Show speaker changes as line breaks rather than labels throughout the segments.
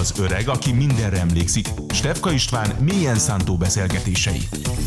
Az öreg, aki mindenre emlékszik. Stefka István mélyen szántó beszélgetései.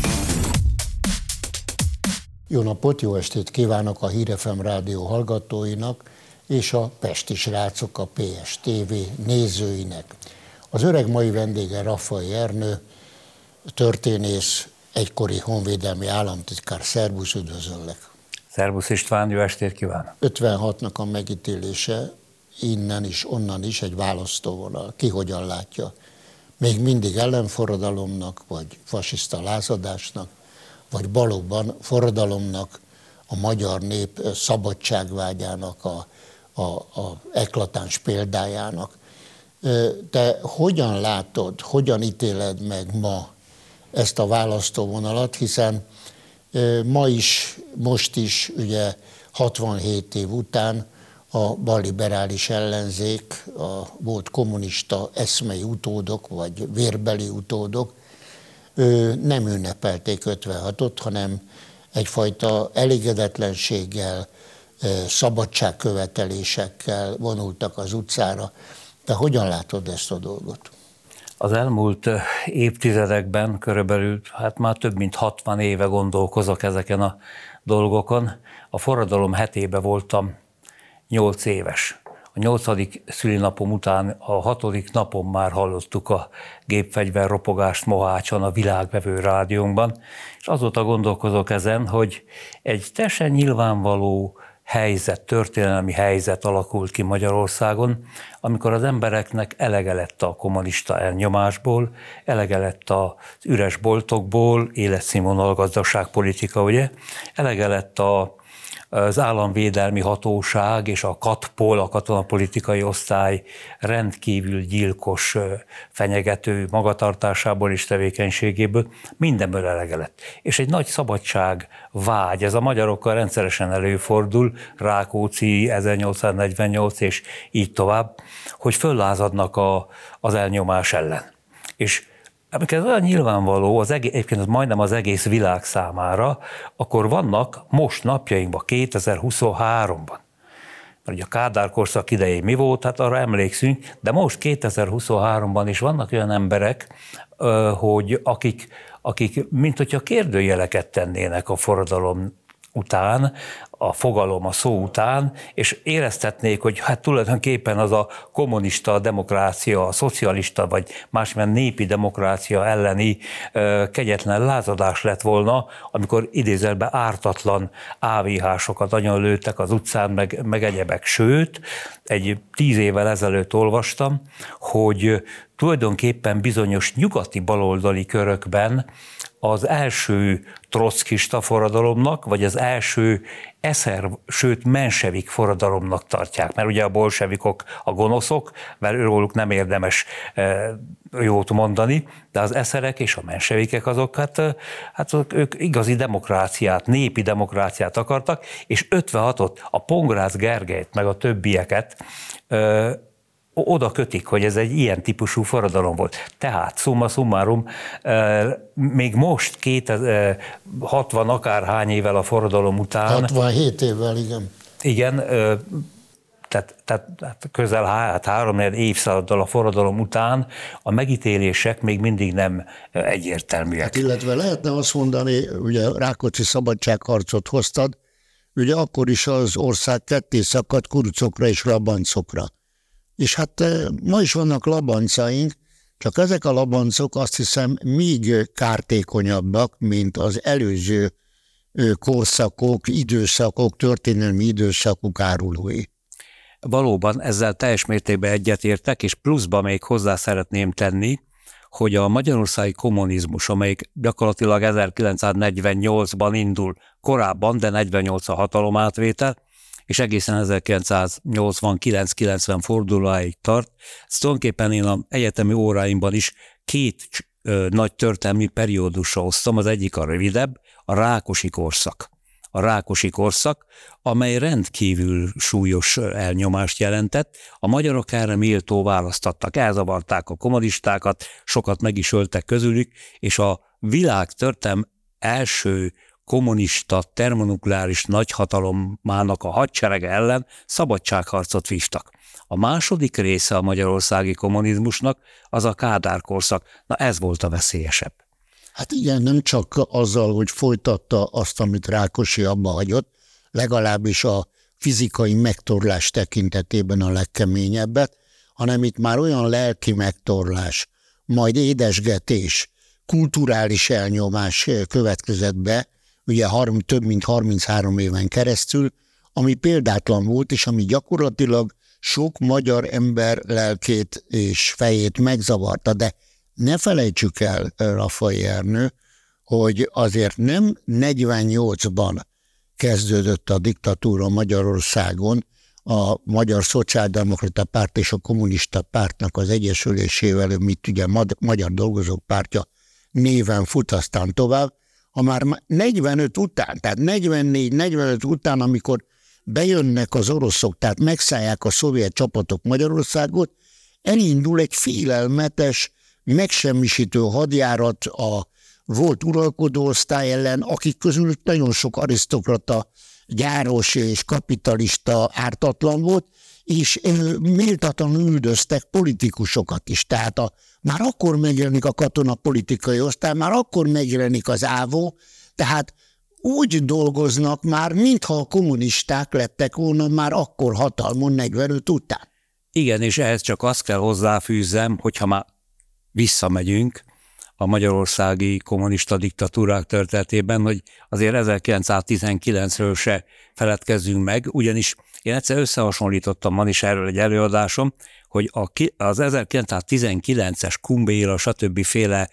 Jó napot, jó estét kívánok a Hír FM rádió hallgatóinak és a Pesti srácok, a PSTV nézőinek. Az öreg mai vendége Raffai Ernő, történész, egykori honvédelmi államtitkár. Szerbusz, üdvözöllek!
Szerbusz István, jó estét kívánok!
56-nak a megítélése innen is, onnan is egy választóvonal. Ki hogyan látja? Még mindig ellenforradalomnak, vagy fasiszta lázadásnak, vagy valóban forradalomnak, a magyar nép szabadságvágyának, a eklatáns példájának. Te hogyan látod, hogyan ítéled meg ma ezt a választóvonalat, hiszen most is ugye 67 év után a balliberális ellenzék, a volt kommunista eszmei utódok, vagy vérbeli utódok, nem ünnepelték 56-ot, hanem egyfajta elégedetlenséggel, szabadságkövetelésekkel vonultak az utcára. De hogyan látod ezt a dolgot?
Az elmúlt évtizedekben körülbelül, már több mint 60 éve gondolkozok ezeken a dolgokon. A forradalom hetébe voltam 8 éves. A 8. szülinapom után a 6. napon már hallottuk a gépfegyver ropogást Mohácson, a világvevő rádiónkban, és azóta gondolkozok ezen, hogy egy teljesen nyilvánvaló helyzet, történelmi helyzet alakult ki Magyarországon, amikor az embereknek elege lett a kommunista elnyomásból, elege lett az üres boltokból, életszínvonal gazdaságpolitika, ugye, elege lett az államvédelmi hatóság és a KATPOL, a katonapolitikai osztály rendkívül gyilkos, fenyegető magatartásából és tevékenységéből, mindenből elege lett. És egy nagy szabadság vágy, ez a magyarokkal rendszeresen előfordul, Rákóczi 1848 és így tovább, hogy föllázadnak az elnyomás ellen. És amikor ez olyan nyilvánvaló, egyébként majdnem az egész világ számára, akkor vannak most napjainkban, 2023-ban. Mert ugye a Kádár korszak idején mi volt, hát arra emlékszünk, de most 2023-ban is vannak olyan emberek, hogy akik mint hogyha kérdőjeleket tennének a forradalom után, a fogalom, a szó után, és éreztetnék, hogy hát tulajdonképpen az a kommunista demokrácia, a szocialista, vagy másmilyen népi demokrácia elleni kegyetlen lázadás lett volna, amikor idézelben ártatlan AVH-sokat agyonlőttek az utcán, meg egyebek. Sőt, 10 évvel ezelőtt olvastam, hogy tulajdonképpen bizonyos nyugati baloldali körökben az első trockista forradalomnak, vagy az első sőt mensevik forradalomnak tartják, mert ugye a bolsevikok a gonoszok, mert róluk nem érdemes jót mondani, de az eszerek és a mensevikek azok, ők igazi demokráciát, népi demokráciát akartak, és 56-ot, a Pongrácz Gergelyt, meg a többieket oda kötik, hogy ez egy ilyen típusú forradalom volt. Tehát, summa summarum, még most 60 akárhány évvel a forradalom után...
67 évvel, igen.
Igen, tehát közel 3-4 évszázaddal a forradalom után a megítélések még mindig nem egyértelműek.
Hát illetve lehetne azt mondani, ugye Rákóczi szabadságharcot hoztad, ugye akkor is az ország ketté szakadt kurucokra és labancokra. És hát ma is vannak labancaink, csak ezek a labancok azt hiszem még kártékonyabbak, mint az előző korszakok, időszakok, történelmi időszakok árulói.
Valóban ezzel teljes mértékben egyetértek, és pluszba még hozzá szeretném tenni, hogy a magyarországi kommunizmus, amelyik gyakorlatilag 1948-ban indul, korábban, de 48 a hatalomátvétel, és egészen 1989-90 fordulóáig tart. Ezt tulajdonképpen én az egyetemi óráimban is 2 nagy történelmi periódusra osztom, az egyik a rövidebb, a Rákosi korszak. A Rákosi korszak, amely rendkívül súlyos elnyomást jelentett. A magyarok erre méltó választattak, elzavarták a kommunistákat, sokat meg is öltek közülük, és a világ történelem első kommunista termonukleáris nagyhatalommának a hadserege ellen szabadságharcot vívtak. A második része a magyarországi kommunizmusnak az a Kádár korszak. Na ez volt a veszélyesebb.
Hát igen, nem csak azzal, hogy folytatta azt, amit Rákosi abba hagyott, legalábbis a fizikai megtorlás tekintetében a legkeményebbet, hanem itt már olyan lelki megtorlás, majd édesgetés, kulturális elnyomás következett be, ugye több mint 33 éven keresztül, ami példátlan volt, és ami gyakorlatilag sok magyar ember lelkét és fejét megzavarta, de ne felejtsük el, Raffai Ernő, hogy azért nem 48-ban kezdődött a diktatúra Magyarországon, a Magyar Szociáldemokrata Párt és a Kommunista Pártnak az egyesülésével, amit ugye Magyar Dolgozók Pártja néven fut aztán tovább, ha már 45 után, tehát 44-45 után, amikor bejönnek az oroszok, tehát megszállják a szovjet csapatok Magyarországot, elindul egy félelmetes, megsemmisítő hadjárat a volt uralkodó osztály ellen, akik közül nagyon sok arisztokrata, gyáros és kapitalista ártatlan volt, és méltatlanul üldöztek politikusokat is. Tehát már akkor megjelenik a katonapolitikai osztály, már akkor megjelenik az ÁVO, tehát úgy dolgoznak már, mintha a kommunisták lettek volna már akkor hatalmon 45 után.
Igen, és ehhez csak azt kell hozzáfűzzem, hogyha már visszamegyünk a magyarországi kommunista diktatúrák történetében, hogy azért 1919-ről se feledkezzünk meg, ugyanis én egyszer összehasonlítottam, van is erről egy előadásom, hogy az 1919-es Kumbéla, stb. Féle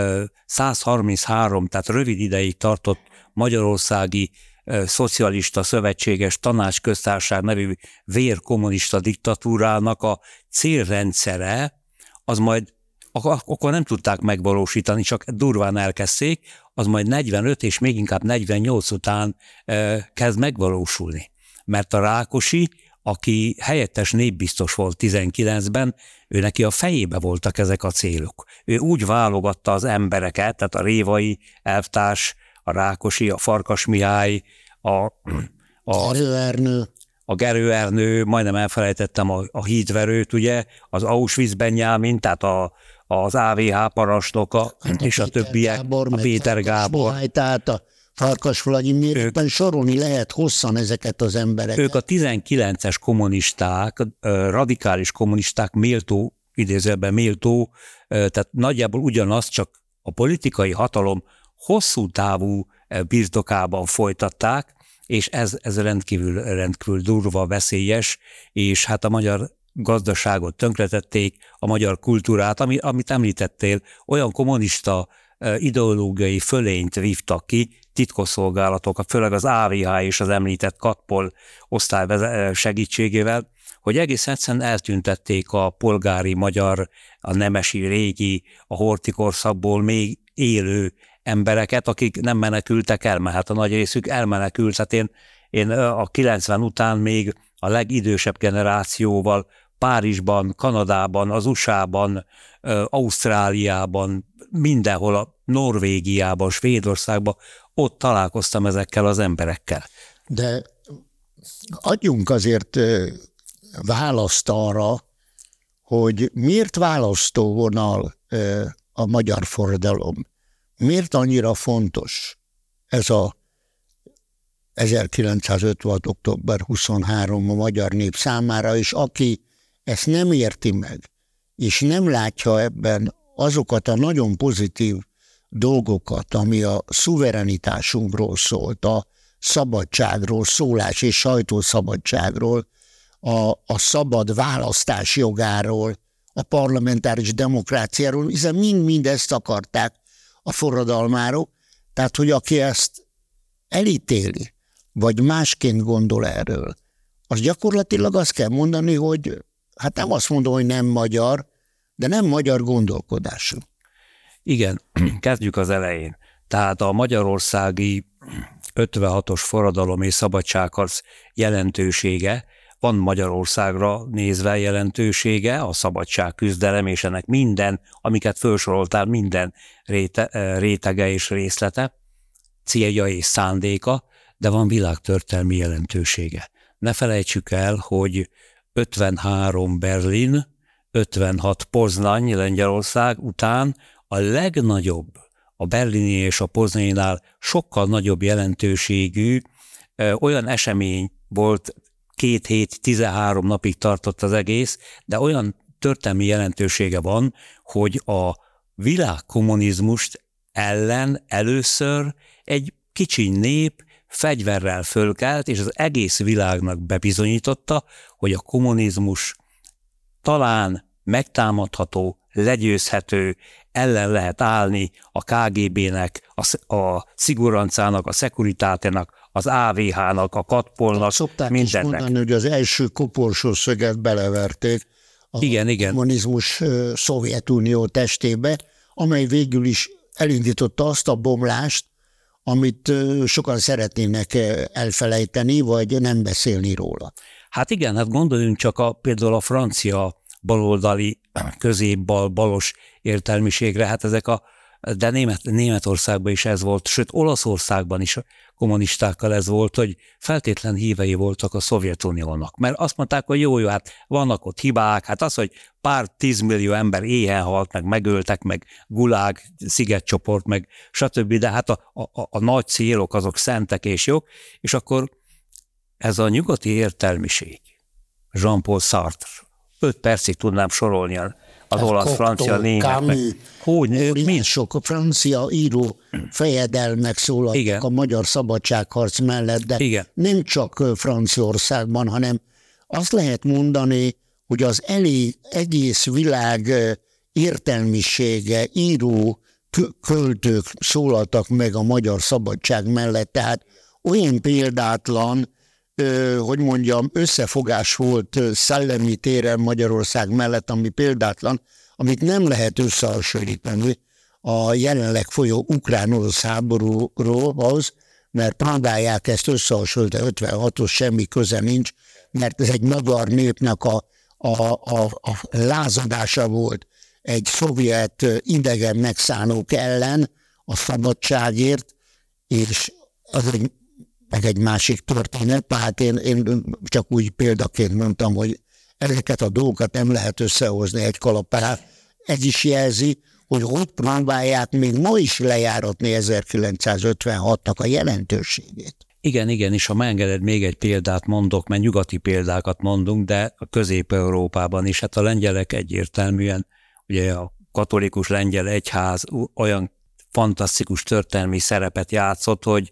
133, tehát rövid ideig tartott magyarországi szocialista szövetséges tanácsköztársaság nevű vérkommunista diktatúrának a célrendszere, az majd akkor nem tudták megvalósítani, csak durván elkezdték, az majd 45 és még inkább 48 után kezd megvalósulni. Mert a Rákosi, aki helyettes népbiztos volt 19-ben, ő neki a fejébe voltak ezek a célok. Ő úgy válogatta az embereket, tehát a Révai elvtárs, a Rákosi, a Farkas Mihály, a Gerő Ernő, majdnem elfelejtettem a hídverőt, ugye, az Auschwitz-ben Nyálmin, tehát az AVH parancsnoka, és a többiek, a Péter Gábor.
Tehát a Farkas Vladimir, sorolni lehet hosszan ezeket az embereket.
Ők a 19-es kommunisták, radikális kommunisták méltó, idézőben méltó, tehát nagyjából ugyanaz, csak a politikai hatalom hosszú távú birtokában folytatták, és ez rendkívül durva, veszélyes, és hát a magyar gazdaságot tönkretették, a magyar kultúrát, amit említettél, olyan kommunista ideológiai fölényt vívtak ki, titkosszolgálatok, főleg az AVH és az említett Katpol osztály segítségével, hogy egész egyszerűen eltüntették a polgári magyar, a nemesi, régi, a horthy korszakból még élő embereket, akik nem menekültek el, mert hát a nagy részük elmenekült. Hát én a 90 után még a legidősebb generációval Párizsban, Kanadában, az USA-ban, Ausztráliában, mindenhol, a Norvégiában, Svédországban, ott találkoztam ezekkel az emberekkel.
De adjunk azért választ arra, hogy miért választóvonal a magyar forradalom? Miért annyira fontos ez a 1956. október 23 a magyar nép számára, és aki ezt nem érti meg, és nem látja ebben azokat a nagyon pozitív dolgokat, ami a szuverenitásunkról szólt, a szabadságról, szólás és sajtószabadságról, a szabad választás jogáról, a parlamentáris demokráciáról, hiszen mind ezt akarták a forradalmárok, tehát hogy aki ezt elítéli, vagy másként gondol erről, az gyakorlatilag azt kell mondani, hogy hát nem azt mondom, hogy nem magyar, de nem magyar gondolkodású.
Igen, kezdjük az elején. Tehát a magyarországi 56-os forradalom és szabadságharc jelentősége, van Magyarországra nézve jelentősége, a szabadságküzdelem, és ennek minden, amiket felsoroltál, minden rétege és részlete. célja és szándéka, de van világtörténelmi jelentősége. Ne felejtsük el, hogy 53 Berlin, 56 Poznań, Lengyelország után a legnagyobb, a berlini és a poznainál sokkal nagyobb jelentőségű olyan esemény volt, 2 hét, 13 napig tartott az egész, de olyan történelmi jelentősége van, hogy a világkommunizmust ellen először egy kicsi nép fegyverrel fölkelt, és az egész világnak bebizonyította, hogy a kommunizmus talán megtámadható, legyőzhető, ellen lehet állni a KGB-nek, a Szigurancának, a Securitátenak, az AVH-nak, a Katpolnak,
szokták
mindennek.
Is mondani, hogy az első koporsó szöget beleverték a kommunizmus Szovjetunió testébe, amely végül is elindította azt a bomlást, amit sokan szeretnének elfelejteni, vagy nem beszélni róla.
Hát igen, hát gondoljunk csak például a francia baloldali, középbal-balos értelmiségre, hát de Németországban is ez volt, sőt Olaszországban is kommunistákkal ez volt, hogy feltétlen hívei voltak a Szovjetuniónak. Mert azt mondták, hogy jó, hát vannak ott hibák, hát az, hogy pár 10 millió ember éhen halt, meg megöltek, meg gulág, szigetcsoport, meg stb., de hát a nagy célok azok szentek és jók, és akkor ez a nyugati értelmiség, Jean-Paul Sartre, 5 percig tudnám sorolni az olasz, francia, német.
Milyen sok francia író fejedelmek szólaltak a magyar szabadságharc mellett, de nem csak Franciaországban, hanem azt lehet mondani, hogy az egész világ értelmisége, író, költők szólaltak meg a magyar szabadság mellett, tehát olyan példátlan, hogy mondjam, összefogás volt szellemi téren Magyarország mellett, ami példátlan, amit nem lehet összehasonlítani a jelenleg folyó ukrán-orosz háborúhoz, mert próbálják ezt összehasonlítani, 56-os semmi köze nincs, mert ez egy magyar népnek a lázadása volt egy szovjet idegen megszánók ellen a szabadságért, és az egy másik történet, tehát én csak úgy példaként mondtam, hogy ezeket a dolgokat nem lehet összehozni egy kalap alá. Ez is jelzi, hogy ott próbálják még ma is lejáratni 1956-nak a jelentőségét.
Igen, és ha megengeded, még egy példát mondok, mert nyugati példákat mondunk, de a Közép-Európában is, hát a lengyelek egyértelműen, ugye a katolikus lengyel egyház olyan fantasztikus történelmi szerepet játszott, hogy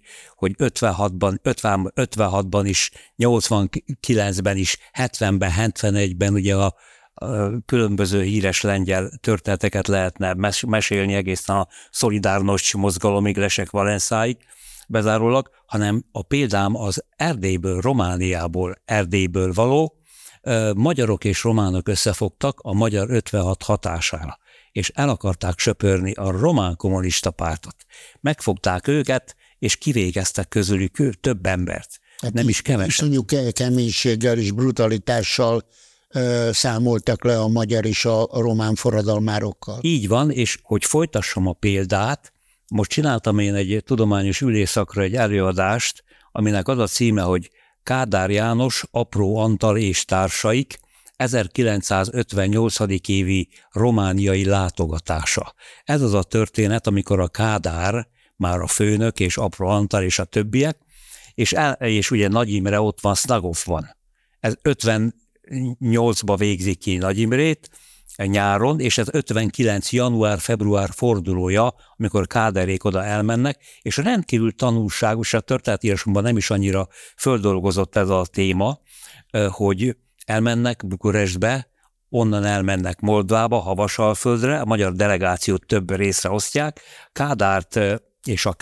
56-ban is, 89-ben is, 70-ben, 71-ben ugye a különböző híres lengyel történeteket lehetne mesélni egészen a Szolidárnosc mozgalomig, Leszek Valenszáig bezárólag, hanem a példám az Erdélyből, Romániából, Erdélyből való, magyarok és románok összefogtak a magyar 56 hatására, és el akarták söpörni a román kommunista pártot. Megfogták őket, és kivégeztek közülük több embert. Hát nem is kevesebb.
Iszonyú keménységgel és brutalitással számoltak le a magyar és a román forradalmárokkal.
Így van, és hogy folytassam a példát, most csináltam én egy tudományos ülésszakra egy előadást, aminek az a címe, hogy Kádár János, Apró Antal és társaik 1958. évi romániai látogatása. Ez az a történet, amikor a Kádár, már a főnök és Apró Antal és a többiek, és ugye Nagy Imre ott van, Szlagov van. Ez 58-ba végzik ki Nagy Imrét nyáron, és ez 59. január-február fordulója, amikor Kádárék oda elmennek, és rendkívül tanulságos, a történetírásomban nem is annyira földolgozott ez a téma, hogy elmennek Bukarestbe, onnan elmennek Moldvába, Havasalföldre, a magyar delegációt több részre osztják, Kádárt és a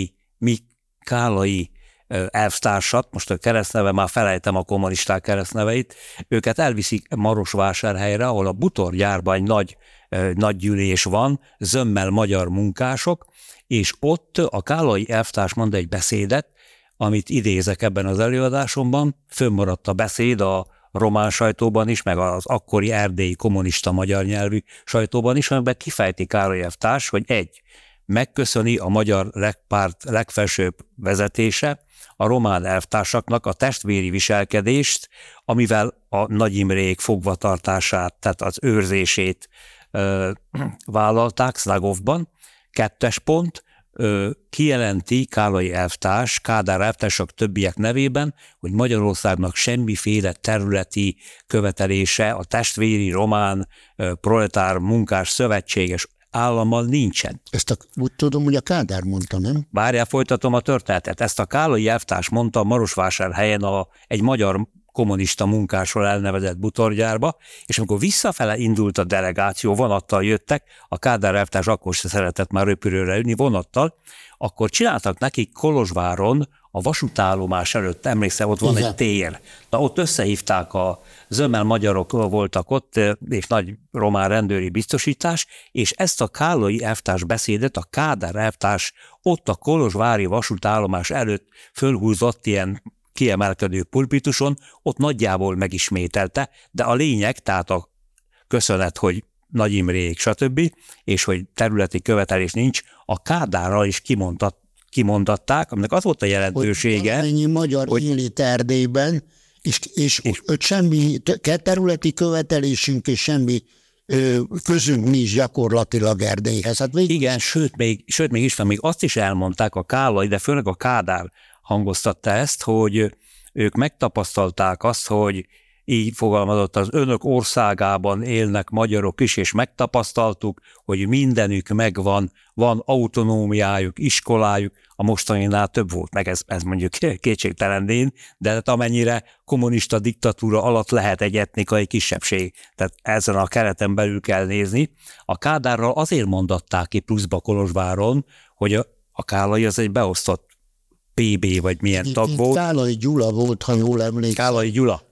kálai elvtársat, most a keresztneve, már felejtem a kommunisták keresztneveit, őket elviszik Marosvásárhelyre, ahol a butorgyárban egy nagy gyűlés van, zömmel magyar munkások, és ott a kálai elvtárs mond egy beszédet, amit idézek ebben az előadásomban, fönnmaradt a beszéd a román sajtóban is, meg az akkori erdélyi kommunista magyar nyelvű sajtóban is, amiben kifejti Károly elvtárs, hogy megköszöni a magyar párt legfelsőbb vezetése a román elvtársaknak a testvéri viselkedést, amivel a Nagy Imrék fogvatartását, tehát az őrzését vállalták Szlagovban. 2. pont, kijelenti Kállai elvtárs, Kádár elvtársak többiek nevében, hogy Magyarországnak semmiféle területi követelése a testvéri román proletár munkás szövetséges állammal nincsen.
Ezt úgy tudom, hogy a Kádár mondta, nem?
Várjál, folytatom a történetet. Ezt a Kállai elvtárs mondta Marosvásárhelyen egy magyar kommunista munkásról elnevezett butorgyárba, és amikor visszafele indult a delegáció, vonattal jöttek, a Kádár elvtárs akkor se szeretett már röpülőre ülni vonattal, akkor csináltak nekik Kolozsváron a vasútállomás előtt, emlékszem, ott van egy tér. Na, ott összehívták a zömmel magyarok voltak ott, és nagy román rendőri biztosítás, és ezt a Kállai elvtárs beszédet a Kádár elvtárs ott a kolozsvári vasútállomás előtt fölhúzott ilyen kiemelkedő pulpituson, ott nagyjából megismételte, de a lényeg, tehát a köszönet, hogy Nagy Imrék, stb., és hogy területi követelés nincs, a Kádárral is kimondatták, aminek az volt a jelentősége,
hogy ennyi magyar éli Erdélyben, és semmi területi követelésünk és semmi közünk nincs gyakorlatilag Erdélyhez. Hát
igen, sőt, még István, még azt is elmondták a Kállai, de főleg a Kádár hangoztatta ezt, hogy ők megtapasztalták azt, hogy így fogalmazott, az önök országában élnek magyarok is, és megtapasztaltuk, hogy mindenük megvan, van autonómiájuk, iskolájuk, a mostaninál több volt, meg ez mondjuk kétségtelen, de hát amennyire kommunista diktatúra alatt lehet egy etnikai kisebbség. Tehát ezen a kereten belül kell nézni. A Kádárral azért mondatták ki pluszba Kolozsváron, hogy a Kállai az egy beosztott PB, vagy milyen tag volt.
Kállai Gyula volt, ha jól emlékszem.
Kállai Gyula.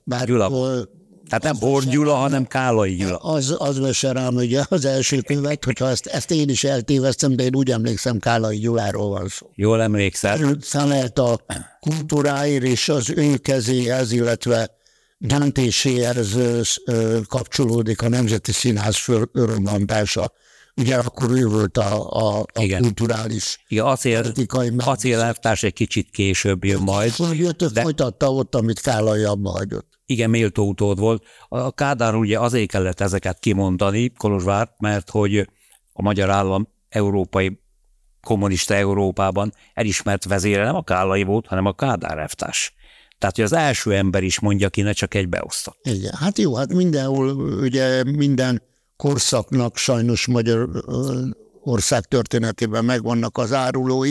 Tehát nem Bor Gyula, hanem Kállai Gyula.
Az vesse rám, ugye az első követ, hogyha ezt én is eltéveztem, de én úgy emlékszem, Kállai Gyuláról van szó.
Jól emlékszel.
Szanelt a kultúráért és az ő kezéhez, illetve döntéséhez kapcsolódik a Nemzeti Színház fölrobbantása. Ugye akkor ő volt a kulturális
politikai elvtárs egy kicsit később jön majd.
Folytatta ott, amit Kállai abba hagyott.
Igen, méltó utód volt. A Kádár ugye azért kellett ezeket kimondani, Kolozsvárt, mert hogy a magyar állam európai, kommunista Európában elismert vezére nem a Kállai volt, hanem a Kádár elvtárs. Tehát, hogy az első ember is mondja ki, ne csak egy beosztott.
Igen, hát jó, hát mindenhol, ugye minden korszaknak sajnos Magyarország történetében megvannak az árulói.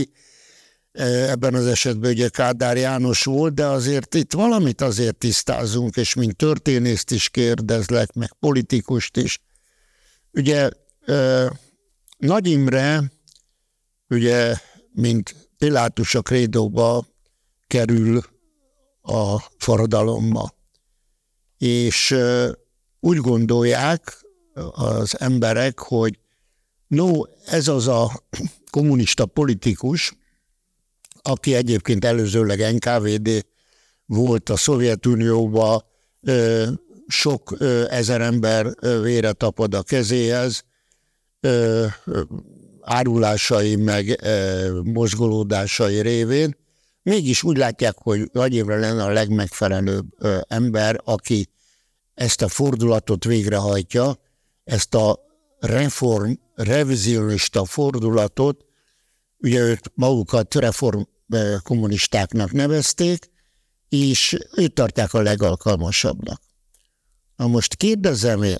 Ebben az esetben ugye Kádár János volt, de azért itt valamit azért tisztázunk, és mint történészt is kérdezlek, meg politikust is. Ugye Nagy Imre, ugye, mint Pilátus a krédóba kerül a forradalomba, és úgy gondolják az emberek, hogy ez az a kommunista politikus, aki egyébként előzőleg NKVD volt a Szovjetunióban, sok ezer ember vére tapad a kezéhez, árulásai meg mozgolódásai révén, mégis úgy látják, hogy Nagy Imre lenne a legmegfelelőbb ember, aki ezt a fordulatot végrehajtja, ezt a revizionista fordulatot, ugye őt magukat reformkommunistáknak nevezték, és őt tartják a legalkalmasabbnak. Na most kérdezem én,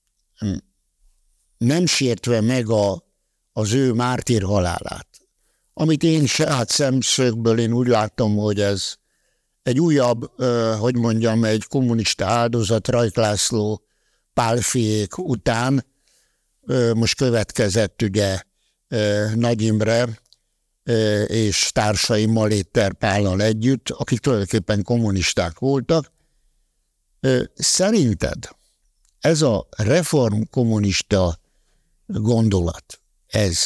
nem sértve meg az ő mártír halálát, amit én saját szemszögből én úgy látom, hogy ez egy újabb, egy kommunista áldozat, Rajk László, Pálfiék után most következett ugye Nagy Imre és társai Maléter Pállal együtt, akik tulajdonképpen kommunisták voltak. Szerinted ez a reformkommunista gondolat, ez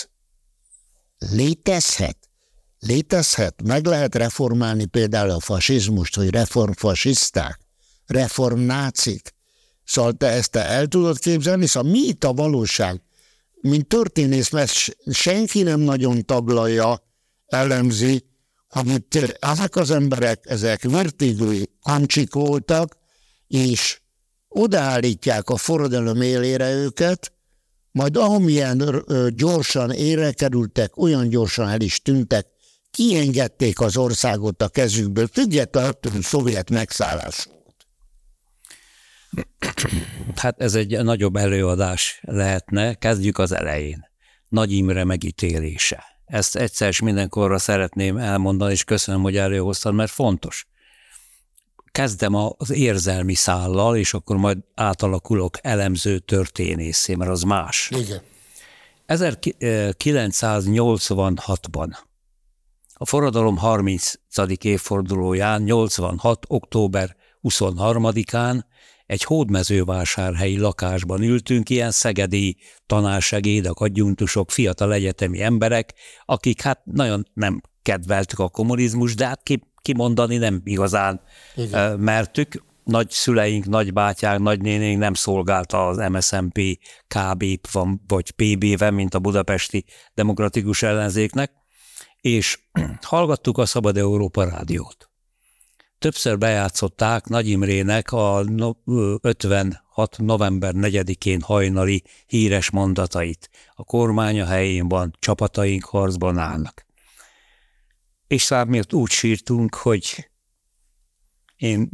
létezhet? Meg lehet reformálni például a fasizmust, hogy reformfasiszták, reformnácik? Szóval te ezt el tudod képzelni? Szóval mi itt a valóság? mint történész, mert senki nem nagyon taglalja, elemzi, amit ezek az emberek, ezek vertigői amcsik voltak, és odaállítják a forradalom élére őket, majd amilyen gyorsan érre kerültek, olyan gyorsan el is tűntek, kiengedték az országot a kezükből, függetlenül a szovjet megszállás volt.
Hát ez egy nagyobb előadás lehetne, kezdjük az elején. Nagy Imre megítélése. Ezt egyszer és mindenkorra szeretném elmondani, és köszönöm, hogy előhoztad, mert fontos. Kezdem az érzelmi szállal, és akkor majd átalakulok elemző történészé, mert az más.
Igen.
1986-ban, a forradalom 30. évfordulóján, 86. október 23-án egy hódmezővásárhelyi lakásban ültünk, ilyen szegedi tanársegédek, adjunktusok, fiatal egyetemi emberek, akik hát nagyon nem kedveltük a kommunizmus, de hát kimondani nem igazán mertük. Nagyszüleink, nagybátyák, nagynénénk nem szolgálta az MSZNP KB-ban vagy PB-ben, mint a budapesti demokratikus ellenzéknek, és hallgattuk a Szabad Európa rádiót. Többször bejátszották Nagy Imrének a 56. november 4-én hajnali híres mondatait. A kormány a helyén van, csapataink harcban állnak. És számért úgy sírtunk, hogy én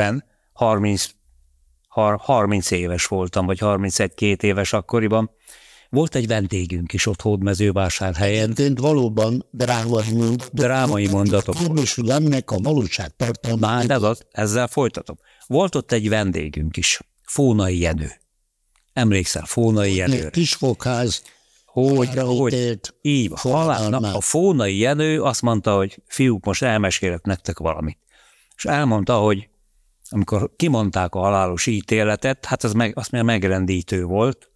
30 éves voltam, vagy 31-2 éves akkoriban. Volt egy vendégünk is ott Hódmezővásárhelyen.
Egyébként valóban
drámai mondatok.
Ennek a valóságtartalma.
Ezzel folytatom. Volt ott egy vendégünk is, Fónai Jenő. Emlékszel Fónai Jenőre?
Kisfokház.
Így van. A Fónai Jenő azt mondta, hogy fiúk, most elmesélek nektek valamit. És elmondta, hogy amikor kimondták a halálos ítéletet, hát azt már megrendítő volt,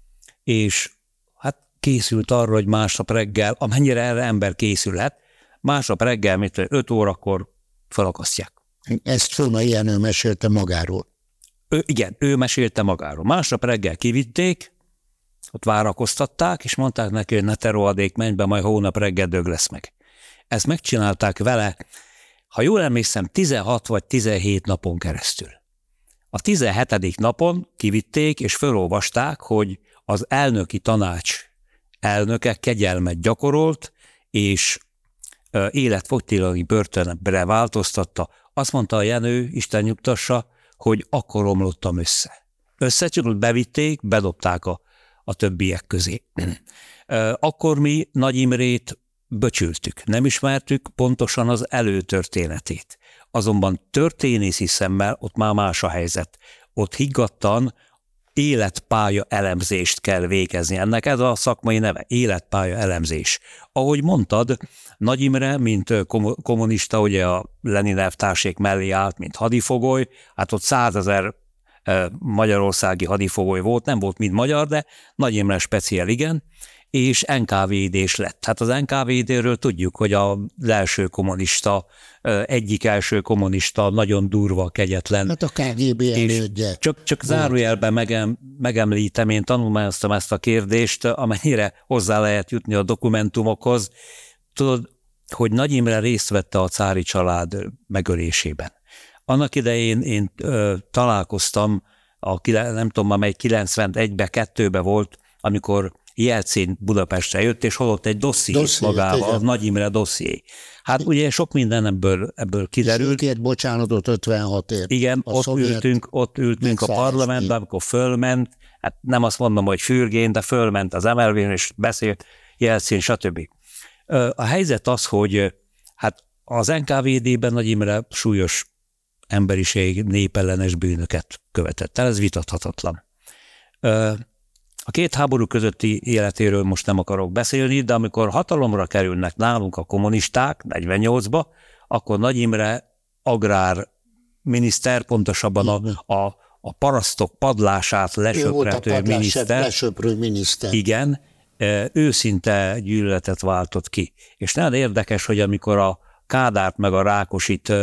és hát készült arra, hogy másnap reggel, amennyire erre ember készülhet, másnap reggel, 5 órakor felakasztják.
Ezt Fónai Jenő mesélte magáról.
Ő mesélte magáról. Másnap reggel kivitték, ott várakoztatták, és mondták neki, hogy ne te rohadék, menj be, majd hónap reggel dög lesz meg. Ezt megcsinálták vele, ha jól emlékszem, 16 vagy 17 napon keresztül. A 17. napon kivitték, és felolvasták, hogy az elnöki tanács elnöke kegyelmet gyakorolt, és életfogytiglani börtönbe változtatta. Azt mondta a Jenő, Isten nyugtassa, hogy akkor romlottam össze. Csak bevitték, bedobták a többiek közé. Akkor mi Nagy Imrét böcsültük, nem ismertük pontosan az előtörténetét. Azonban történészi szemmel ott már más a helyzet. Ott higgadtan életpálya elemzést kell végezni. Ennek ez a szakmai neve, életpálya elemzés. Ahogy mondtad, Nagy Imre, mint kommunista, ugye a Lenin elvtársék mellé állt, mint hadifogoly, hát ott 100 000 magyarországi hadifogoly volt, nem volt mind magyar, de Nagy Imre speciál igen, és NKVD-s lett. Hát az NKVD-ről tudjuk, hogy az első kommunista, egyik első kommunista, nagyon durva, kegyetlen.
Hát a KGB elődje.
Csak zárójelben megemlítem, én tanulmányoztam ezt a kérdést, amennyire hozzá lehet jutni a dokumentumokhoz. Tudod, hogy Nagy Imre részt vette a cári család megölésében. Annak idején én találkoztam, nem tudom már mely 91-ben, 2-ben volt, amikor Jelcin Budapestre jött, és hozott egy dossziét magával, a Nagy Imre dosszié. Hát ugye sok minden ebből kiderült.
És kért bocsánatot 56-ért.
Igen, ott ültünk a parlamentben, amikor fölment, hát nem azt mondom, hogy fürgén, de fölment az MLV-n, és beszélt Jelcin, stb. A helyzet az, hogy hát az NKVD-ben Nagy Imre súlyos emberiség népellenes bűnöket követett el, ez vitathatatlan. A két háború közötti életéről most nem akarok beszélni, de amikor hatalomra kerülnek nálunk a kommunisták 48-ba, akkor Nagy Imre agrárminiszter, pontosabban a parasztok padlását lesöprő miniszter. Igen, őszinte gyűlöletet váltott ki. És nagyon érdekes, hogy amikor a Kádárt meg a Rákosit,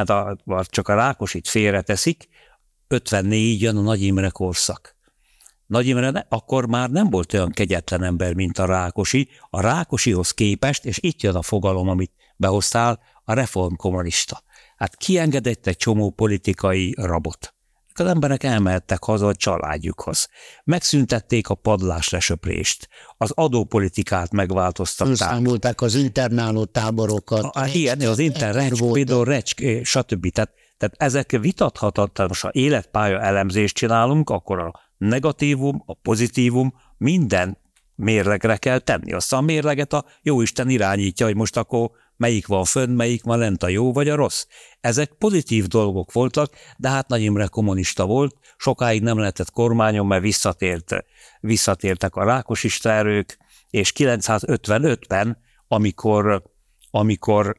csak a Rákosit félreteszik, 54 jön a Nagy Imre korszak. Nagy Imre akkor már nem volt olyan kegyetlen ember, mint a Rákosi. A Rákosihoz képest, és itt jön a fogalom, amit behoztál, a reformkommunista. Hát kiengedett egy csomó politikai rabot. Az emberek elmehettek haza a családjukhoz. Megszüntették a padláslesöprést. Az adópolitikát megváltoztatták.
Elszámolták az internáló táborokat.
Igen, az például stb. Tehát ezek vitathatatlan, most ha életpálya elemzést csinálunk, akkor a negatívum, a pozitívum minden mérlegre kell tenni. Aztán a mérleget a jóisten irányítja, hogy most akkor melyik van fönn, melyik van lent, a jó vagy a rossz. Ezek pozitív dolgok voltak, de hát Nagy Imre kommunista volt, sokáig nem lehetett kormányon, mert visszatértek a rákosista erők, és 955-ben, amikor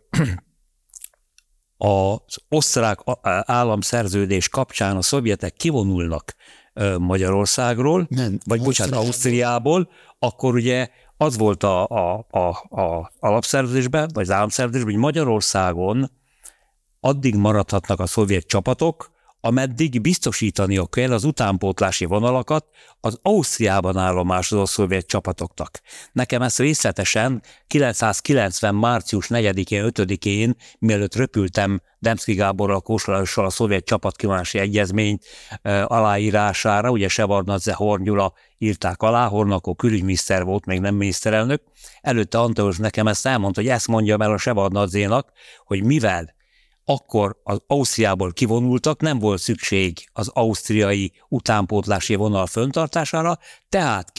az osztrák államszerződés kapcsán a szovjetek kivonulnak Magyarországról, Ausztriából, akkor ugye az volt a alapszerződésben, vagy az államszerződésben, hogy Magyarországon addig maradhatnak a szovjet csapatok, ameddig biztosítaniuk kell az utánpótlási vonalakat az Ausztriában állomásozó szovjet csapatoknak. Nekem ezt részletesen 990. március 4-én, 5-én, mielőtt röpültem Demszky Gáborral, Kós Lajossal a szovjet csapatkivonási egyezmény aláírására, ugye Sevardnadze, Horn Gyula írták alá, Horn akkor külügyminiszter volt, még nem miniszterelnök. Előtte Antalos nekem ezt elmondta, hogy ezt mondjam el a Sevardnadzénak, hogy mivel akkor az Ausztriából kivonultak, nem volt szükség az ausztriai utánpótlási vonal föntartására, tehát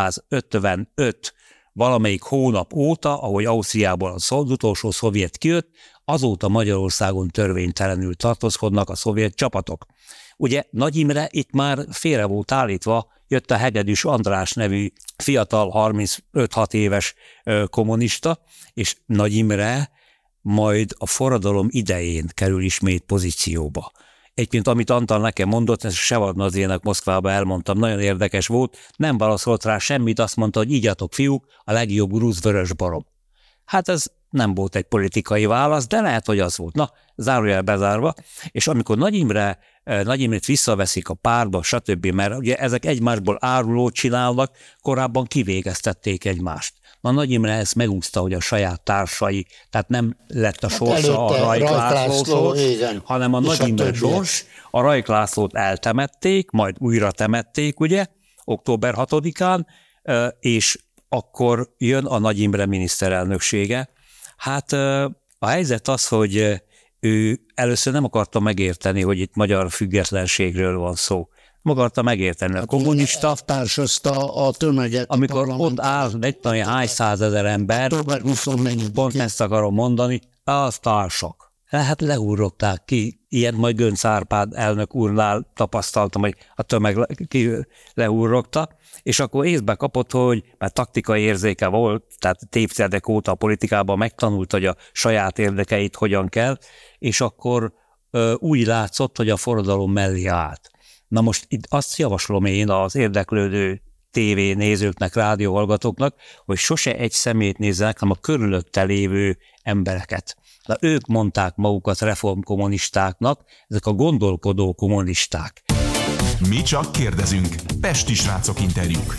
955 valamelyik hónap óta, ahogy Ausztriából az utolsó szovjet kijött, azóta Magyarországon törvénytelenül tartózkodnak a szovjet csapatok. Ugye Nagy Imre itt már félre volt állítva, jött a Hegedűs András nevű fiatal 35-6 éves kommunista, és Nagy Imre majd a forradalom idején kerül ismét pozícióba. Egyébként, amit Antal nekem mondott, ezt Sevardnadzének Moszkvába elmondtam, nagyon érdekes volt, nem válaszolt rá semmit, azt mondta, hogy ígyatok fiúk, a legjobb grúz vörös barom. Hát ez nem volt egy politikai válasz, de lehet, hogy az volt. Na, zárójel bezárva, és amikor Nagy Imrét visszaveszik a pártba, stb., mert ugye ezek egymásból árulót csinálnak, korábban kivégeztették egymást. Na, Nagy Imre ezt megúszta, hogy a saját társai, tehát nem lett a sorsa a Rajk László, hanem a Nagy Imre sors, a Rajk Lászlót eltemették, majd újra temették, ugye, október 6-án, és akkor jön a Nagy Imre miniszterelnöksége. Hát a helyzet az, hogy ő először nem akarta megérteni, hogy itt magyar függetlenségről van szó. Nem akarta megérteni. A kommunista
társazta a tömeget.
Amikor ott áll, egy hány százezer ember, pont ezt akarom mondani, az társak. Hát leúrogták ki. Ilyet majd Göncz Árpád elnök úrnál tapasztaltam, hogy a tömeg leúrogta, és akkor észbe kapott, hogy mert taktikai érzéke volt, tehát évtizedek óta a politikában megtanult, hogy a saját érdekeit hogyan kell, és akkor úgy látszott, hogy a forradalom mellé állt. Na most itt azt javaslom én az érdeklődő tévénézőknek, rádióhallgatóknak, hogy sose egy szemét nézzenek, hanem a körülötte lévő embereket. Na, ők mondták magukat reformkommunistáknak, ezek a gondolkodó kommunisták.
Mi csak kérdezünk. Pesti srácok interjúk.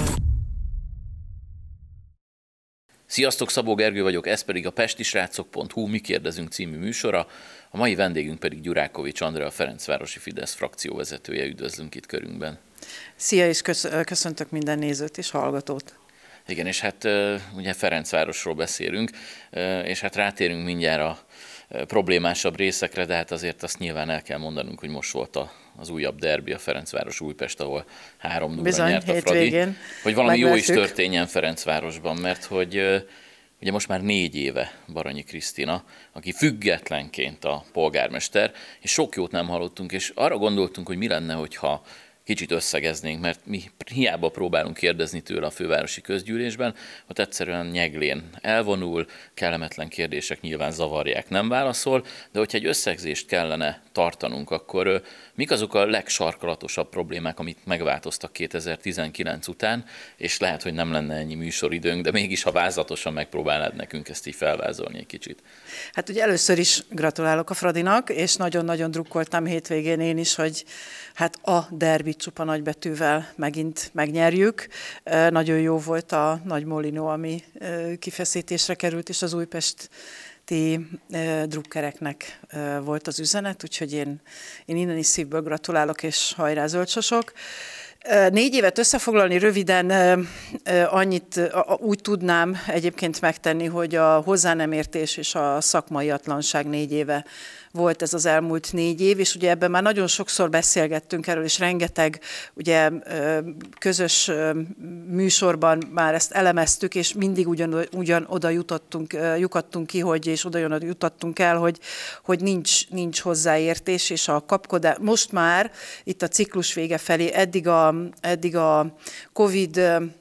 Sziasztok, Szabó Gergő vagyok, ez pedig a pestisrácok.hu Mi kérdezünk című műsora. A mai vendégünk pedig Gyurákovics Andrea, a Ferencvárosi Fidesz frakcióvezetője. Üdvözlünk itt körünkben.
Szia, és köszöntök minden nézőt és hallgatót.
Igen, és hát ugye Ferencvárosról beszélünk, és hát rátérünk mindjárt a problémásabb részekre, de hát azért azt nyilván el kell mondanunk, hogy most volt az újabb derbi, a Ferencváros-Újpest, ahol 3-0 nyert a Fradi. Hogy valami jó is történjen Ferencvárosban, mert hogy ugye most már 4 éve Baranyi Krisztina, aki függetlenként a polgármester, és sok jót nem hallottunk, és arra gondoltunk, hogy mi lenne, hogyha kicsit összegeznénk, mert mi hiába próbálunk kérdezni tőle a fővárosi közgyűlésben, ott egyszerűen nyeglén elvonul, kellemetlen kérdések nyilván zavarják, nem válaszol, de hogyha egy összegzést kellene tartanunk, akkor mik azok a legsarkalatosabb problémák, amik megváltoztak 2019 után, és lehet, hogy nem lenne ennyi műsoridőnk, de mégis, ha vázlatosan megpróbálnád nekünk ezt így felvázolni egy kicsit.
Hát ugye először is gratulálok a Fradinak, és nagyon-nagyon drukkoltam hétvégén én is, hogy hát a derbi itt csupa nagybetűvel megint megnyerjük. Nagyon jó volt a Nagy Molinó, ami kifeszítésre került, és az újpesti drukkereknek volt az üzenet, úgyhogy én innen is szívből gratulálok, és hajrá zöldsosok. 4 évet összefoglalni röviden, annyit úgy tudnám egyébként megtenni, hogy a hozzá nem értés és a szakmaiatlanság 4 éve volt ez az elmúlt 4 év, és ugye ebben már nagyon sokszor beszélgettünk erről, és rengeteg ugye közös műsorban már ezt elemeztük, és mindig ugyan oda jutottunk ki, és oda jutottunk el, hogy nincs hozzáértés, és a kapkodás, most már itt a ciklus vége felé eddig a Covid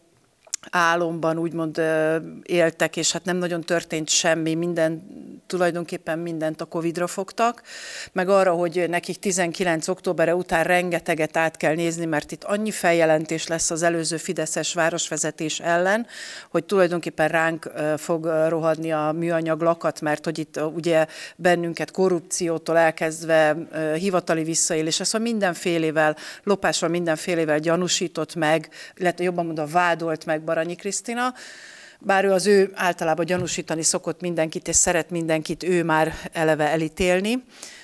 álomban úgymond éltek, és hát nem nagyon történt semmi, tulajdonképpen mindent a Covid-ra fogtak, meg arra, hogy nekik 19. októberre után rengeteget át kell nézni, mert itt annyi feljelentés lesz az előző fideszes városvezetés ellen, hogy tulajdonképpen ránk fog rohadni a műanyag lakat, mert hogy itt ugye bennünket korrupciótól elkezdve hivatali visszaélés, szóval mindenfélével, lopásról mindenfélével gyanúsított meg, illetve jobban mondva vádolt meg Baranyi Krisztina, bár ő általában gyanúsítani szokott mindenkit, és szeret mindenkit ő már eleve elítélni.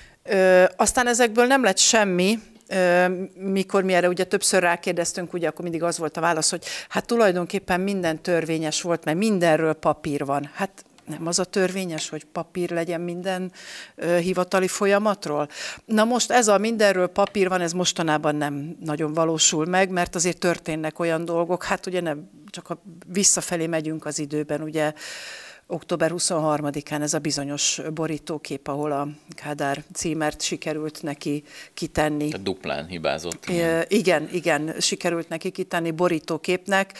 Aztán ezekből nem lett semmi, mikor mi erre ugye többször rákérdeztünk, ugye akkor mindig az volt a válasz, hogy hát tulajdonképpen minden törvényes volt, mert mindenről papír van. Hát nem az a törvényes, hogy papír legyen minden hivatali folyamatról? Na most ez a mindenről papír van, ez mostanában nem nagyon valósul meg, mert azért történnek olyan dolgok, hát ugye nem csak visszafelé megyünk az időben, ugye október 23-án ez a bizonyos borítókép, ahol a Kádár címert sikerült neki kitenni.
Tehát duplán hibázott.
Igen, sikerült neki kitenni borítóképnek,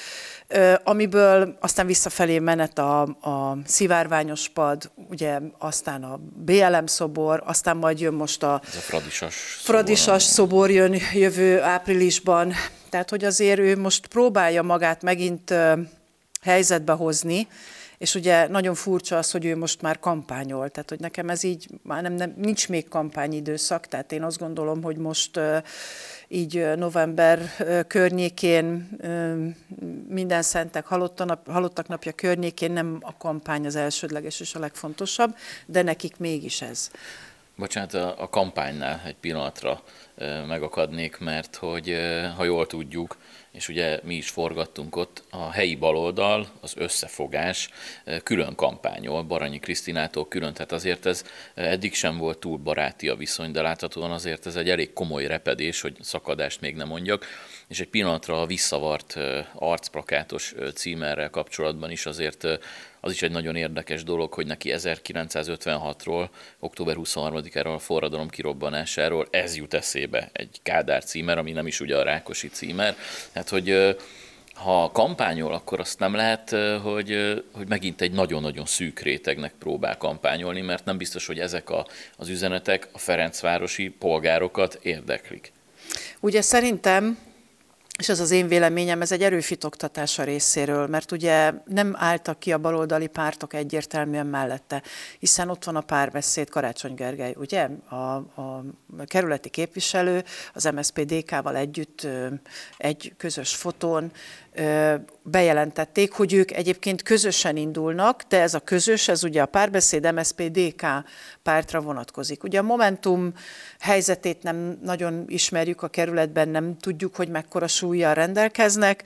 amiből aztán visszafelé menet a szivárványos pad, ugye aztán a BLM szobor, aztán majd jön most a Fradisas szobor jön jövő áprilisban. Tehát, hogy azért ő most próbálja magát megint helyzetbe hozni, és ugye nagyon furcsa az, hogy ő most már kampányol, tehát hogy nekem ez így már nincs még kampányidőszak, tehát én azt gondolom, hogy most így november környékén, minden szentek halottak napja környékén nem a kampány az elsődleges és a legfontosabb, de nekik mégis ez.
Bocsánat, a kampánynál egy pillanatra megakadnék, mert hogy ha jól tudjuk, és ugye mi is forgattunk ott, a helyi baloldal, az Összefogás külön kampányol, Baranyi Krisztinától külön, tehát azért ez eddig sem volt túl baráti a viszony, de láthatóan azért ez egy elég komoly repedés, hogy szakadást még nem mondjak, és egy pillanatra a visszavart arcplakátos címerrel kapcsolatban is azért az is egy nagyon érdekes dolog, hogy neki 1956-ról, október 23-áról, a forradalom kirobbanásáról ez jut eszébe, egy Kádár címer, ami nem is ugye a Rákosi címer. Hát, hogy ha kampányol, akkor azt nem lehet, hogy megint egy nagyon-nagyon szűk rétegnek próbál kampányolni, mert nem biztos, hogy ezek az üzenetek a ferencvárosi polgárokat érdeklik.
Ugye szerintem, és ez az én véleményem, ez egy erőfitoktatás a részéről, mert ugye nem álltak ki a baloldali pártok egyértelműen mellette, hiszen ott van a Párbeszéd, Karácsony Gergely, ugye, a kerületi képviselő, az MSZP-DK-val együtt egy közös fotón bejelentették, hogy ők egyébként közösen indulnak, de ez a közös, ez ugye a Párbeszéd MSZP-DK pártra vonatkozik. Ugye a Momentum helyzetét nem nagyon ismerjük a kerületben, nem tudjuk, hogy mekkora súllyal rendelkeznek.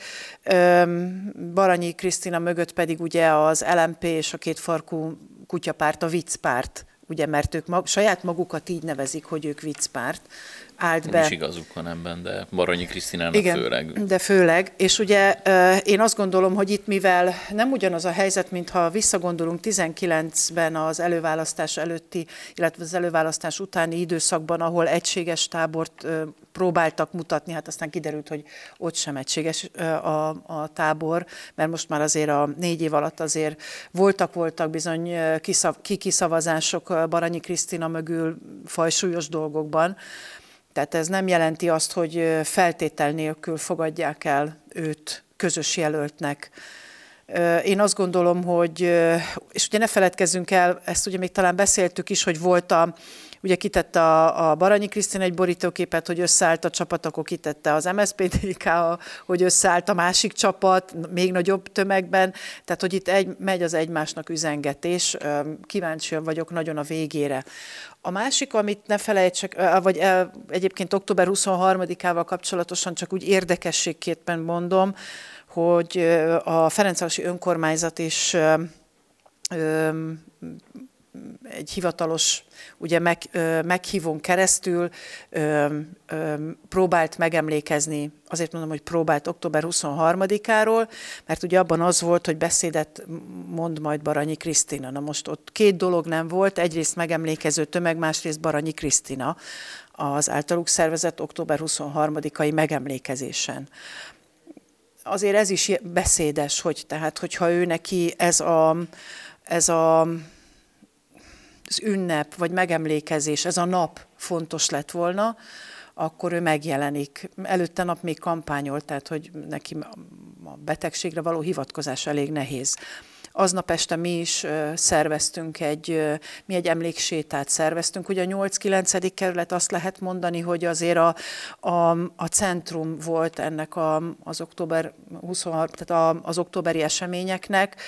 Baranyi Krisztina mögött pedig ugye az LMP és a kétfarkú kutyapárt, a viccpárt, ugye, mert ők saját magukat így nevezik, hogy ők viccpárt állt be.
Nem is igazuk van ebben, de Baranyi Krisztinának
igen,
főleg.
De főleg, és ugye én azt gondolom, hogy itt mivel nem ugyanaz a helyzet, mintha visszagondolunk 19-ben az előválasztás előtti, illetve az előválasztás utáni időszakban, ahol egységes tábort próbáltak mutatni, hát aztán kiderült, hogy ott sem egységes a tábor, mert most már azért a 4 év alatt azért voltak bizony kiszavazások Baranyi Krisztina mögül fajsúlyos dolgokban. Tehát ez nem jelenti azt, hogy feltétel nélkül fogadják el őt közös jelöltnek Én azt gondolom, hogy, és ugye ne feledkezzünk el, ezt ugye még talán beszéltük is, hogy volt ugye kitette a Baranyi Krisztina egy borítóképet, hogy összeállt a csapat, akkor kitette az MSZP-DK, hogy összeállt a másik csapat, még nagyobb tömegben, tehát hogy itt megy az egymásnak üzengetés, kíváncsi vagyok nagyon a végére. A másik, amit ne felejtsek, vagy egyébként október 23-ával kapcsolatosan csak úgy érdekességképpen mondom, hogy a Ferencvárosi Önkormányzat is egy hivatalos ugye meghívón keresztül próbált megemlékezni, azért mondom, hogy próbált október 23-áról, mert ugye abban az volt, hogy beszédet mond majd Baranyi Krisztina. Na most ott két dolog nem volt, egyrészt megemlékező tömeg, másrészt Baranyi Krisztina az általuk szervezett október 23-ai megemlékezésen. Azért ez is beszédes, hogy tehát, hogyha ő neki ez az ünnep, vagy megemlékezés, ez a nap fontos lett volna, akkor ő megjelenik. Előtte nap még kampányolt, tehát hogy neki a betegségre való hivatkozás elég nehéz. Aznap este mi is szerveztünk mi egy emléksétát szerveztünk. Ugye a 8-9. kerület azt lehet mondani, hogy azért a centrum volt ennek az október 23, tehát az októberi eseményeknek.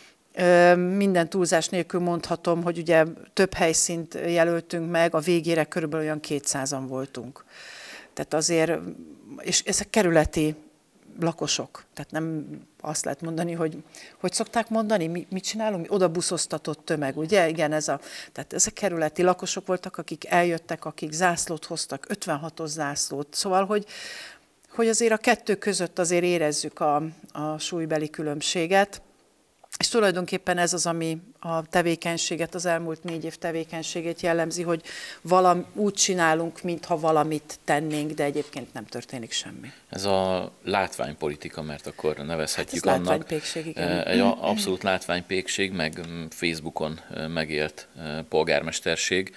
Minden túlzás nélkül mondhatom, hogy ugye több helyszínt jelöltünk meg, a végére körülbelül olyan 200-an voltunk. Tehát azért, és ezek kerületi lakosok, tehát nem azt lehet mondani, hogy szokták mondani, mit csinálunk, oda buszoztatott tömeg, ugye? Igen, tehát ezek kerületi lakosok voltak, akik eljöttek, akik zászlót hoztak, 56-os zászlót, szóval, hogy azért a kettő között azért érezzük a súlybeli különbséget. És tulajdonképpen ez az, ami a tevékenységet, az elmúlt 4 év tevékenységét jellemzi, hogy úgy csinálunk, mintha valamit tennénk, de egyébként nem történik semmi.
Ez a látványpolitika, mert akkor nevezhetjük
hát
annak.
Látványpékség, igen.
Egy abszolút látványpékség, meg Facebookon megélt polgármesterség.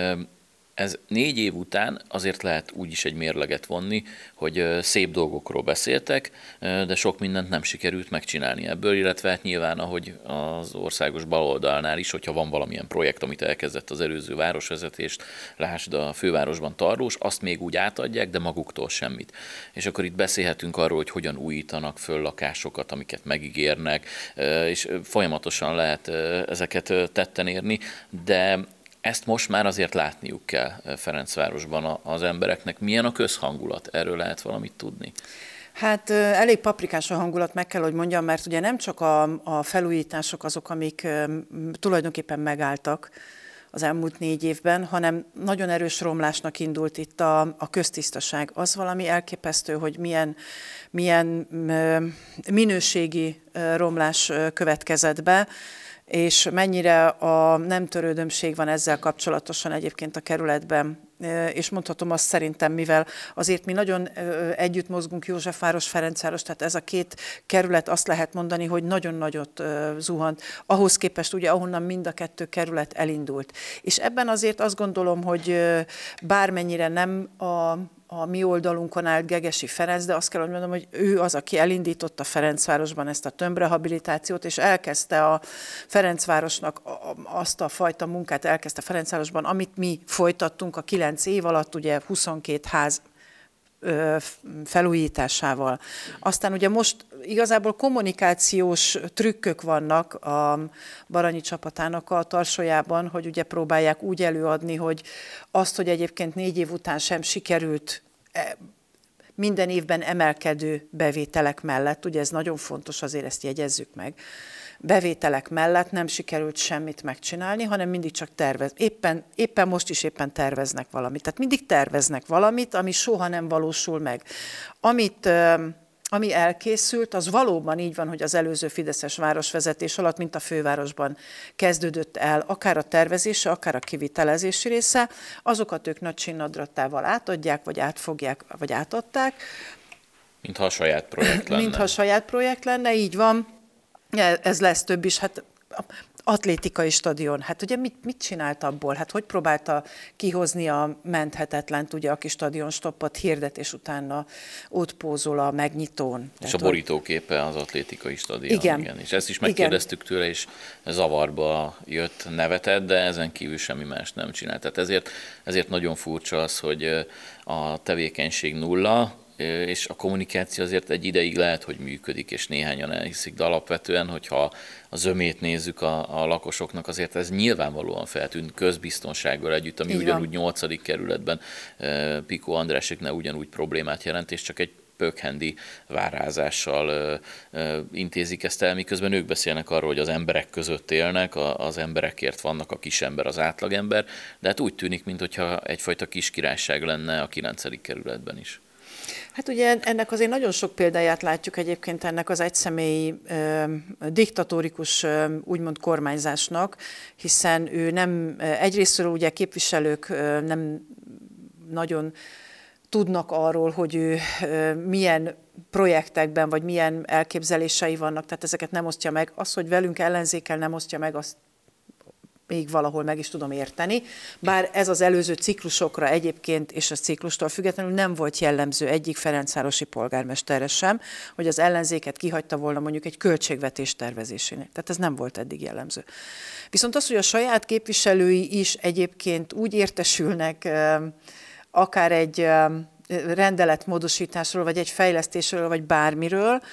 Ez 4 év után azért lehet úgy is egy mérleget vonni, hogy szép dolgokról beszéltek, de sok mindent nem sikerült megcsinálni ebből, illetve hát nyilván, ahogy az országos baloldalnál is, hogyha van valamilyen projekt, amit elkezdett az előző városvezetést, lásd a fővárosban Tarlós, azt még úgy átadják, de maguktól semmit. És akkor itt beszélhetünk arról, hogy hogyan újítanak föl lakásokat, amiket megígérnek, és folyamatosan lehet ezeket tetten érni, de ezt most már azért látniuk kell Ferencvárosban az embereknek. Milyen a közhangulat? Erről lehet valamit tudni?
Hát elég paprikás a hangulat, meg kell, hogy mondjam, mert ugye nem csak a felújítások azok, amik tulajdonképpen megálltak az elmúlt 4 évben, hanem nagyon erős romlásnak indult itt a köztisztaság. Az valami elképesztő, hogy milyen minőségi romlás következett be, és mennyire a nem törődömség van ezzel kapcsolatosan egyébként a kerületben. És mondhatom azt szerintem, mivel azért mi nagyon együtt mozgunk Józsefváros, Ferencváros, tehát ez a két kerület azt lehet mondani, hogy nagyon nagyot zuhant, ahhoz képest ugye, ahonnan mind a kettő kerület elindult. És ebben azért azt gondolom, hogy bármennyire nem a mi oldalunkon állt Gegesi Ferenc, de azt kell, hogy mondom, hogy ő az, aki elindította Ferencvárosban ezt a tömbrehabilitációt, és elkezdte a Ferencvárosnak azt a fajta munkát, elkezdte Ferencvárosban, amit mi folytattunk a 9 év alatt, ugye 22 ház felújításával. Aztán ugye most igazából kommunikációs trükkök vannak a Baranyi csapatának a tarsójában, hogy ugye próbálják úgy előadni, hogy azt, hogy egyébként 4 év után sem sikerült minden évben emelkedő bevételek mellett, ugye ez nagyon fontos, azért ezt jegyezzük meg, bevételek mellett nem sikerült semmit megcsinálni, hanem mindig csak éppen most is terveznek valamit. Tehát mindig terveznek valamit, ami soha nem valósul meg. Ami elkészült, az valóban így van, hogy az előző fideszes városvezetés alatt, mint a fővárosban kezdődött el, akár a tervezése, akár a kivitelezési része, azokat ők nagy csinnadráttával átadják, vagy átfogják, vagy átadták.
Mintha a saját projekt lenne.
Mintha a saját projekt lenne, így van. Ez lesz több is. Hát atlétikai stadion, hát ugye mit csinált abból? Hát hogy próbálta kihozni a menthetetlent, ugye, aki stadionstoppot hirdet, és utána ott pózol a megnyitón.
És a borítóképe az atlétikai stadion.
Igen.
És ezt is megkérdeztük tőle, és zavarba jött, nevetett, de ezen kívül semmi más nem csinált. Tehát ezért nagyon furcsa az, hogy a tevékenység nulla, és a kommunikáció azért egy ideig lehet, hogy működik, és néhányan elhiszik, de alapvetően, hogyha a zömét nézzük a lakosoknak, azért ez nyilvánvalóan feltűnt közbiztonsággal együtt, ami ugyanúgy 8. kerületben Piko Andrásiknál ugyanúgy problémát jelent, és csak egy pökhendi várázással intézik ezt el, miközben ők beszélnek arról, hogy az emberek között élnek, az emberekért vannak, a kisember az átlagember, de hát úgy tűnik, mintha egyfajta kis királyság lenne a 9. kerületben is.
Hát ugye ennek azért nagyon sok példáját látjuk egyébként ennek az egyszemélyi diktatórikus úgymond kormányzásnak, hiszen ő nem, egyrésztről ugye képviselők nem nagyon tudnak arról, hogy ő milyen projektekben, vagy milyen elképzelései vannak, tehát ezeket nem osztja meg. Az, hogy velünk ellenzékkel nem osztja meg, azt még valahol meg is tudom érteni, bár ez az előző ciklusokra egyébként, és a ciklustól függetlenül nem volt jellemző egyik ferencvárosi polgármesterre sem, hogy az ellenzéket kihagyta volna mondjuk egy költségvetés tervezésénél. Tehát ez nem volt eddig jellemző. Viszont az, hogy a saját képviselői is egyébként úgy értesülnek akár egy rendeletmódosításról, vagy egy fejlesztésről, vagy bármiről,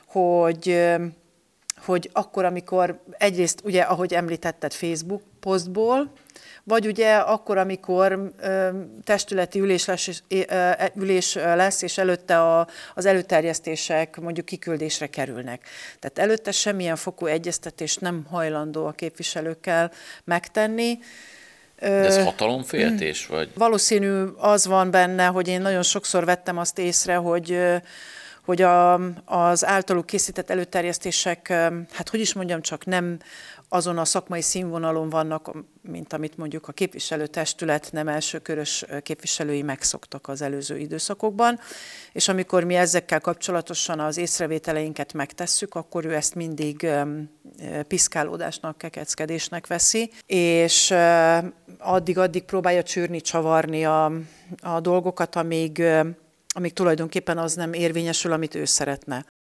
hogy akkor, amikor egyrészt, ugye, ahogy említetted, Facebook posztból, vagy ugye akkor, amikor testületi ülés lesz, és előtte az előterjesztések mondjuk kiküldésre kerülnek. Tehát előtte semmilyen fokú egyeztetést nem hajlandó a képviselőkkel megtenni.
De ez hatalomféltés, vagy?
Valószínű az van benne, hogy én nagyon sokszor vettem azt észre, hogy az általuk készített előterjesztések, hát hogy is mondjam, csak nem azon a szakmai színvonalon vannak, mint amit mondjuk a képviselőtestület nem elsőkörös képviselői megszoktak az előző időszakokban, és amikor mi ezekkel kapcsolatosan az észrevételeinket megtesszük, akkor ő ezt mindig piszkálódásnak, kekeckedésnek veszi, és addig próbálja csűrni, csavarni a dolgokat, amíg tulajdonképpen az nem érvényesül, amit ő szeretne.